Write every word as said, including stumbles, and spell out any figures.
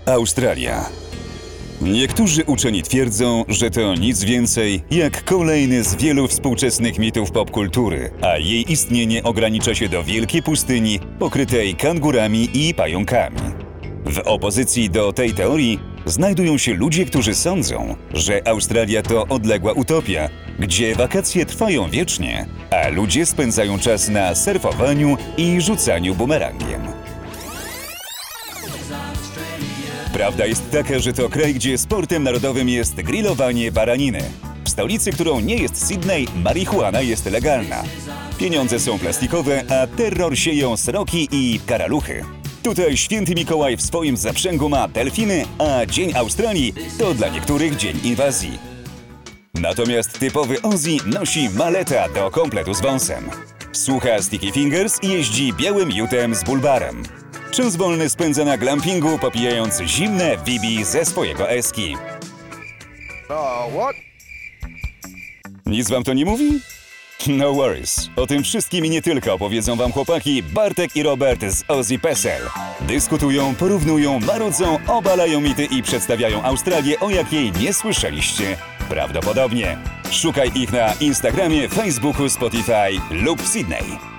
Australia. Niektórzy uczeni twierdzą, że to nic więcej jak kolejny z wielu współczesnych mitów popkultury, a jej istnienie ogranicza się do wielkiej pustyni pokrytej kangurami i pająkami. W opozycji do tej teorii znajdują się ludzie, którzy sądzą, że Australia to odległa utopia, gdzie wakacje trwają wiecznie, a ludzie spędzają czas na surfowaniu i rzucaniu bumerangiem. Prawda jest taka, że to kraj, gdzie sportem narodowym jest grillowanie baraniny. W stolicy, którą nie jest Sydney, marihuana jest legalna. Pieniądze są plastikowe, a terror sieją sroki i karaluchy. Tutaj święty Mikołaj w swoim zaprzęgu ma delfiny, a Dzień Australii to dla niektórych dzień inwazji. Natomiast typowy Ozzy nosi maleta do kompletu z wąsem. Słucha Sticky Fingers i jeździ białym jutem z bulbarem. Czas wolny spędza na glampingu, popijając zimne Vibi ze swojego eski. Oh, what? Nic wam to nie mówi? No worries. O tym wszystkim i nie tylko opowiedzą wam chłopaki Bartek i Robert z Ozzy Pesel. Dyskutują, porównują, marudzą, obalają mity i przedstawiają Australię, o jakiej nie słyszeliście. Prawdopodobnie. Szukaj ich na Instagramie, Facebooku, Spotify lub w Sydney.